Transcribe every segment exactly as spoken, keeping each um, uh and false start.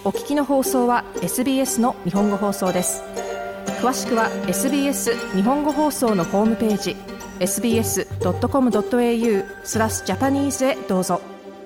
お聞きの放送は エスビーエス の日本語放送です。詳しくは エスビーエス 日本語放送のホームページ エスビーエスドットコムドットエーユー スラスジャパニーズへどうぞ。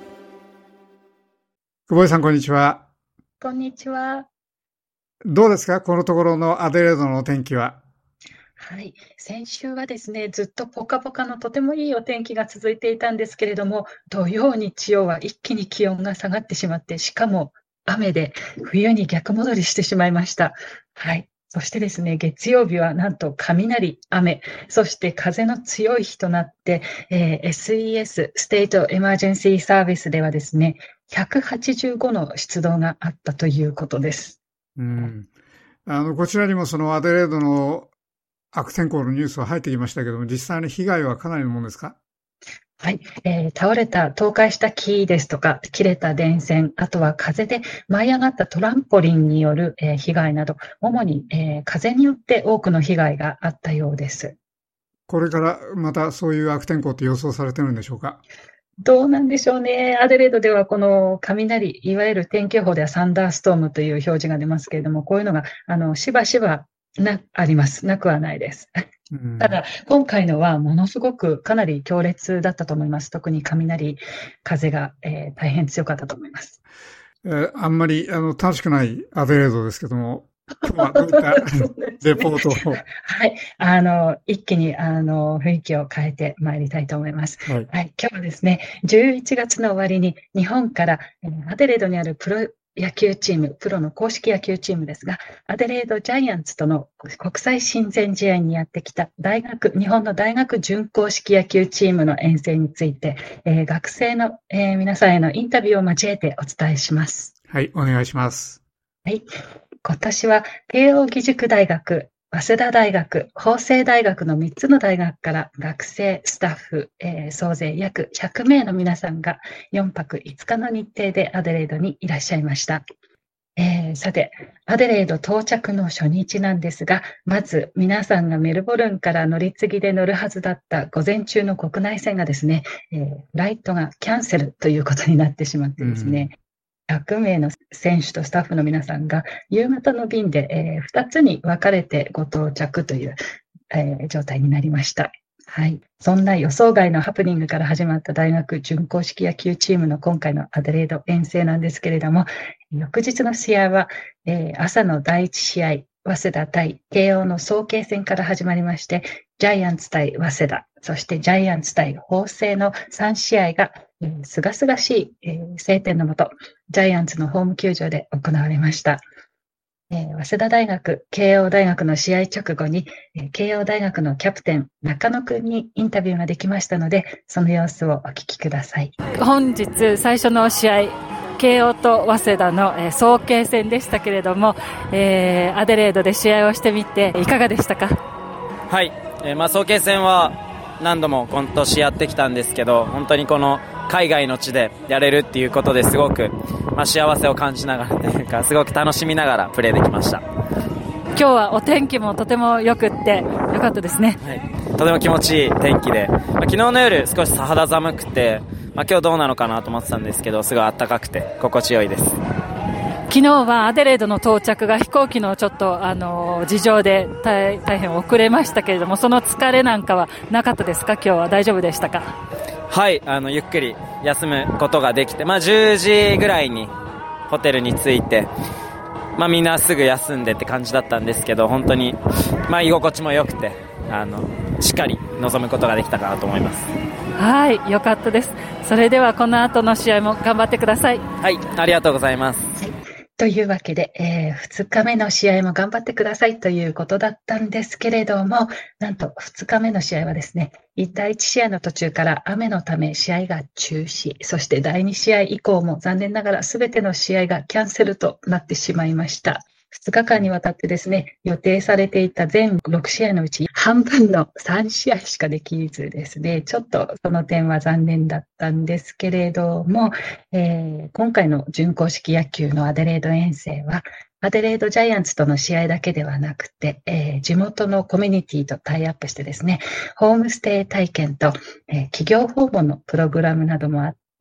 久保井さん、こんにちは。 こんにちは。 どうですか、このところのアデレードのお天気は。 はい、先週はですね、ずっとポカポカのとてもいいお天気が続いていたんですけれども、土曜日曜は一気に気温が下がってしまって、しかも雨で冬に逆戻りしてしまいました。はい。そしてですね、月曜日はなんと雷、雨、そして風の強い日となって、えー、エスイーエス、State Emergency Service ではですね、ひゃくはちじゅうごの出動があったということです。 うん。あの、こちらにもそのアデレードの悪天候のニュースは入ってきましたけども、実際の被害はかなりのものですか？ はい、えー、倒れた、倒壊した木ですとか、切れた電線、あとは風で舞い上がったトランポリンによる、えー、被害など、主に、えー、風によって多くの被害があったようです。 これからまたそういう悪天候って予想されてるんでしょうか？ どうなんでしょうね。アデレードではこの雷、いわゆる天気予報ではサンダーストームという表示が出ますけれども、こういうのがあのしばしばなあります。なくはないです。うん、ただ、今回のはものすごくかなり強烈だったと思います。特に雷、風が、えー、大変強かったと思います。 えー、あんまりあの楽しくないアデレードですけども、今日はどういったレポートをはい、あの一気にあの雰囲気を変えてまいりたいと思います。はい、はい、今日はですね、じゅういちがつの終わりに日本からアデレードにあるプロ野球チーム、プロの公式野球チームですが、アデレードジャイアンツとの国際親善試合にやってきた大学、日本の大学準公式野球チームの遠征について、えー、学生の、えー、皆さんへのインタビューを交えてお伝えします。 はい、お願いします。 はい、今年は慶應義塾大学、早稲田大学、法政大学のみっつの大学から学生、スタッフ、えー、総勢約ひゃくめいの皆さんがよんぱくいつかの日程でアデレードにいらっしゃいました。えー、さて、アデレード到着の初日なんですが、まず皆さんがメルボルンから乗り継ぎで乗るはずだった午前中の国内線がですね、えー、フライトがキャンセルということになってしまってですね、うんひゃくめいの選手とスタッフの皆さんが夕方の便で、えー、ふたつに分かれてご到着という、えー、状態になりました。はい。そんな予想外のハプニングから始まった大学準公式野球チームの今回のアデレード遠征なんですけれども、翌日の試合は、えー、朝のだいいち試合、早稲田対慶応の早慶戦から始まりまして、ジャイアンツ対早稲田、そしてジャイアンツ対法政のさん試合がすがすがしい、えー、晴天のもと、ジャイアンツのホーム球場で行われました。えー、早稲田大学、慶応大学の試合直後に、えー、慶応大学のキャプテン、中野くんにインタビューができましたので、その様子をお聞きください。 本日最初の試合、慶応と早稲田の、えー、早慶戦でしたけれども、えー、アデレードで試合をしてみていかがでしたか？ はい、えーまあ、早慶戦は何度も今年やってきたんですけど、本当にこの海外の地でやれるっていうことですごく、まあ、幸せを感じながらというか、すごく楽しみながらプレーできました。 今日はお天気もとてもよくってよかったですね。 はい、とても気持ちいい天気で、まあ、昨日の夜少し肌寒くて、まあ、今日どうなのかなと思ってたんですけど、すごい暖かくて心地よいです。 昨日はアデレードの到着が飛行機のちょっとあの事情で 大, 大変遅れましたけれども、その疲れなんかはなかったですか？今日は大丈夫でしたか？ はい、あのゆっくり休むことができて、まあ、じゅうじぐらいにホテルに着いて、まあ、みんなすぐ休んでって感じだったんですけど、本当に、まあ、居心地も良くて、あのしっかり臨むことができたかなと思います。 はい、良かったです。それではこの後の試合も頑張ってください。 はい、ありがとうございます。 というわけで、えー、ふつかめの試合も頑張ってくださいということだったんですけれども、なんとふつかめの試合はですね、だいいち試合の途中から雨のため試合が中止、そしてだいに試合以降も残念ながら全ての試合がキャンセルとなってしまいました。ふつかかんにわたってですね、予定されていた全ろく試合のうち半分のさん試合しかできずですね、ちょっとその点は残念だったんですけれども、えー、今回の準公式野球のアデレード遠征は、アデレードジャイアンツとの試合だけではなくて、えー、地元のコミュニティとタイアップしてですね、ホームステイ体験と、えー、企業訪問のプログラムなどもあって、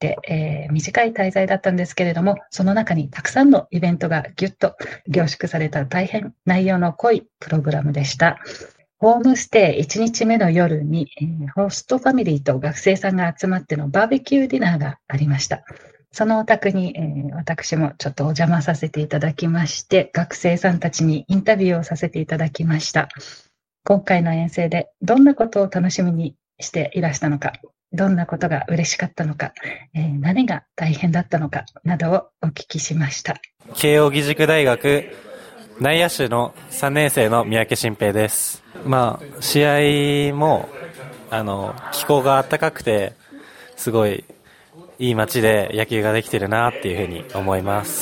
て、えー、短い滞在だったんですけれども、その中にたくさんのイベントがぎゅっと凝縮された大変内容の濃いプログラムでした。ホームステイいちにちめの夜に、えー、ホストファミリーと学生さんが集まってのバーベキューディナーがありました。そのお宅に、えー、私もちょっとお邪魔させていただきまして、学生さんたちにインタビューをさせていただきました。今回の遠征でどんなことを楽しみにしていらしたのか、どんなことが嬉しかったのか、えー、何が大変だったのかなどをお聞きしました。 慶應義塾大学内野手のさんねん生の三宅慎平です。まあ試合もあの気候が暖かくてすごいいい街で野球ができてるなっていうふうに思います。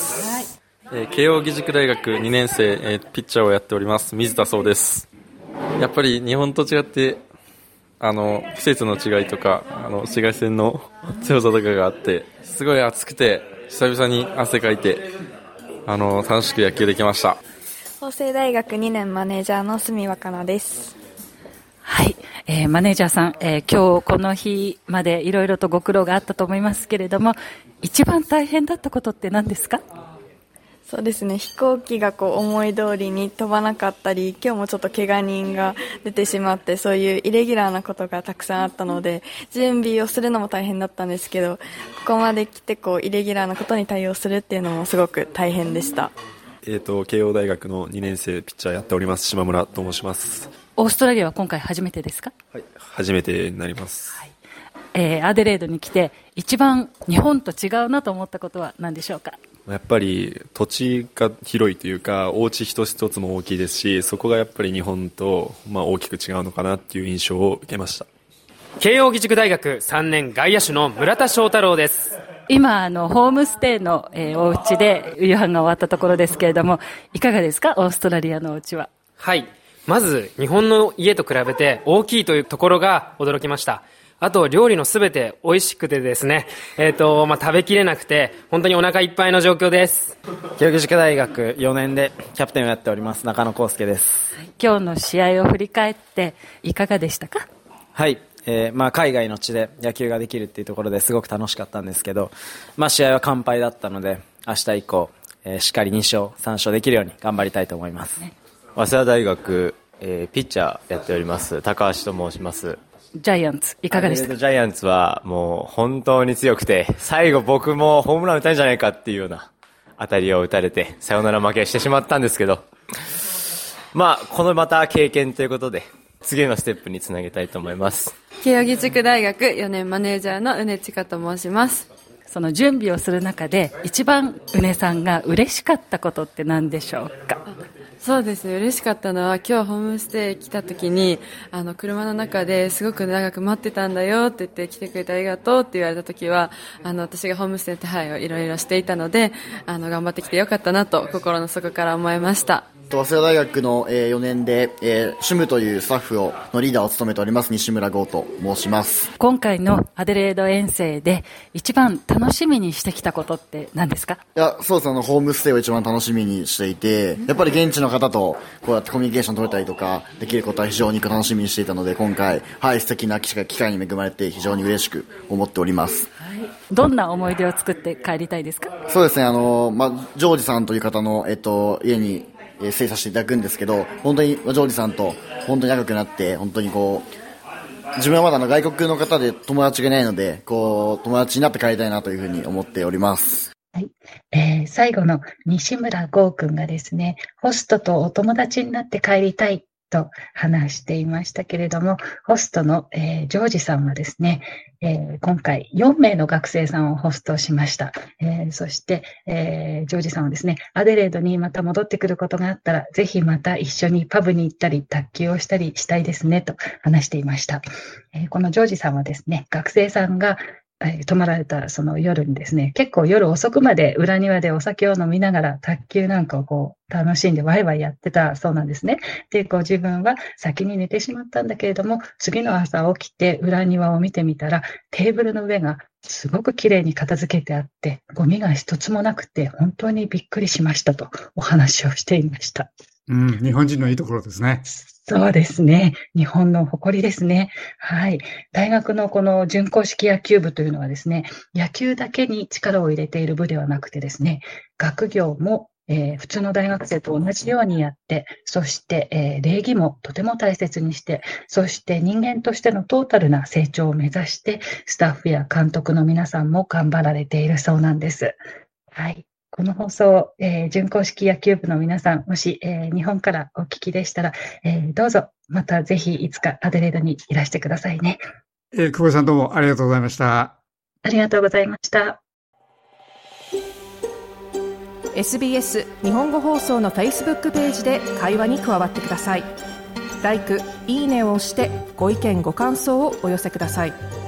はい、えー、慶應義塾大学にねん生、えー、ピッチャーをやっております水田壮です。やっぱり日本と違ってあの季節の違いとかあの紫外線の強さとかがあってすごい暑くて久々に汗かいてあの楽しく野球できました。 法政大学にねんマネージャーの住若菜です。 はい、えー、マネージャーさん、えー、今日この日までいろいろとご苦労があったと思いますけれども、一番大変だったことって何ですか？ そうですね、飛行機がこう思い通りに飛ばなかったり、今日もちょっと怪我人が出てしまって、そういうイレギュラーなことがたくさんあったので、準備をするのも大変だったんですけど、ここまで来てこうイレギュラーなことに対応するっていうのもすごく大変でした。 えーと、慶応大学のにねん生ピッチャーやっております島村と申します。 オーストラリアは今回初めてですか？ はい、初めてになります。 はい、えー、アデレードに来て一番日本と違うなと思ったことは何でしょうか？ やっぱり土地が広いというかお家一つ一つも大きいですし、そこがやっぱり日本とまあ大きく違うのかなっていう印象を受けました。 慶應義塾大学さんねん外野手の村田翔太郎です。 今あのホームステイの、えー、お家で夕飯が終わったところですけれども、いかがですか？オーストラリアのお家は。 はい、まず日本の家と比べて大きいというところが驚きました。あと料理のすべて美味しくてですね、えっと、まあ、食べきれなくて本当にお腹いっぱいの状況です。 慶應義塾大学よねんでキャプテンをやっております中野康介です。 今日の試合を振り返っていかがでしたか？ はい、えーまあ、海外の地で野球ができるっていうところですごく楽しかったんですけど、まあ、試合は完敗だったので明日以降、えー、しっかりに勝さん勝できるように頑張りたいと思います。 早稲田大学、えー、ピッチャーやっております高橋と申します。 ジャイアンツいかがでしたか？ ジャイアンツはもう本当に強くて、最後僕もホームラン打たんじゃないかっていうような当たりを打たれてサヨナラ負けしてしまったんですけど、まあこのまた経験ということで次のステップにつなげたいと思います。 慶應義塾大学よねんマネージャーの宇根千佳と申します。 その準備をする中で一番宇根さんが嬉しかったことって何でしょうか？ そうですね、嬉しかったのは今日ホームステイ来た時にあの車の中ですごく長く待ってたんだよって言って来てくれてありがとうって言われた時は、あの私がホームステイの手配をいろいろしていたので、あの頑張ってきてよかったなと心の底から思いました。 早稲田大学のよねんで、えー、シュムというスタッフをのリーダーを務めております西村剛と申します。 今回のアデレード遠征で一番楽しみにしてきたことって何ですか？ いや、そうです。あのホームステイを一番楽しみにしていて、やっぱり現地の方とこうやってコミュニケーション取れたりとかできることは非常に楽しみにしていたので、今回はい素敵な機会に恵まれて非常に嬉しく思っております。 はい、どんな思い出を作って帰りたいですか？ そうですね、あの、まあ、ジョージさんという方の、えっと、家にえー、ステイさせていただくんですけど、本当にジョージさんと本当に仲良くなって、本当にこう自分はまだあの外国の方で友達がいないので、こう友達になって帰りたいなというふうに思っております。 はい、えー、最後の西村剛君がですね、ホストとお友達になって帰りたいと話していましたけれども、ホストの、えー、ジョージさんはですね、えー、今回よんめいの学生さんをホストしました。えー、そして、えー、ジョージさんはですね、アデレードにまた戻ってくることがあったら、ぜひまた一緒にパブに行ったり、卓球をしたりしたいですねと話していました。えー、このジョージさんはですね、学生さんが泊まられたその夜にですね、結構夜遅くまで裏庭でお酒を飲みながら卓球なんかをこう楽しんでワイワイやってたそうなんですね。で、こう自分は先に寝てしまったんだけれども、次の朝起きて裏庭を見てみたら、テーブルの上がすごく綺麗に片付けてあって、ゴミが一つもなくて本当にびっくりしましたとお話をしていました。 うん、日本人のいいところですね。 そうですね。日本の誇りですね。はい。大学のこの準硬式野球部というのはですね、野球だけに力を入れている部ではなくてですね、学業も、えー、普通の大学生と同じようにやって、そして、えー、礼儀もとても大切にして、そして人間としてのトータルな成長を目指して、スタッフや監督の皆さんも頑張られているそうなんです。はい。この放送、えー、準硬式野球部の皆さん、もし、えー、日本からお聞きでしたら、えー、どうぞ、またぜひいつかアデレードにいらしてくださいね。 えー、久保さんどうもありがとうございました。 ありがとうございました。 エスビーエス 日本語放送の Facebook ページで会話に加わってください。ライク、いいねを押してご意見ご感想をお寄せください。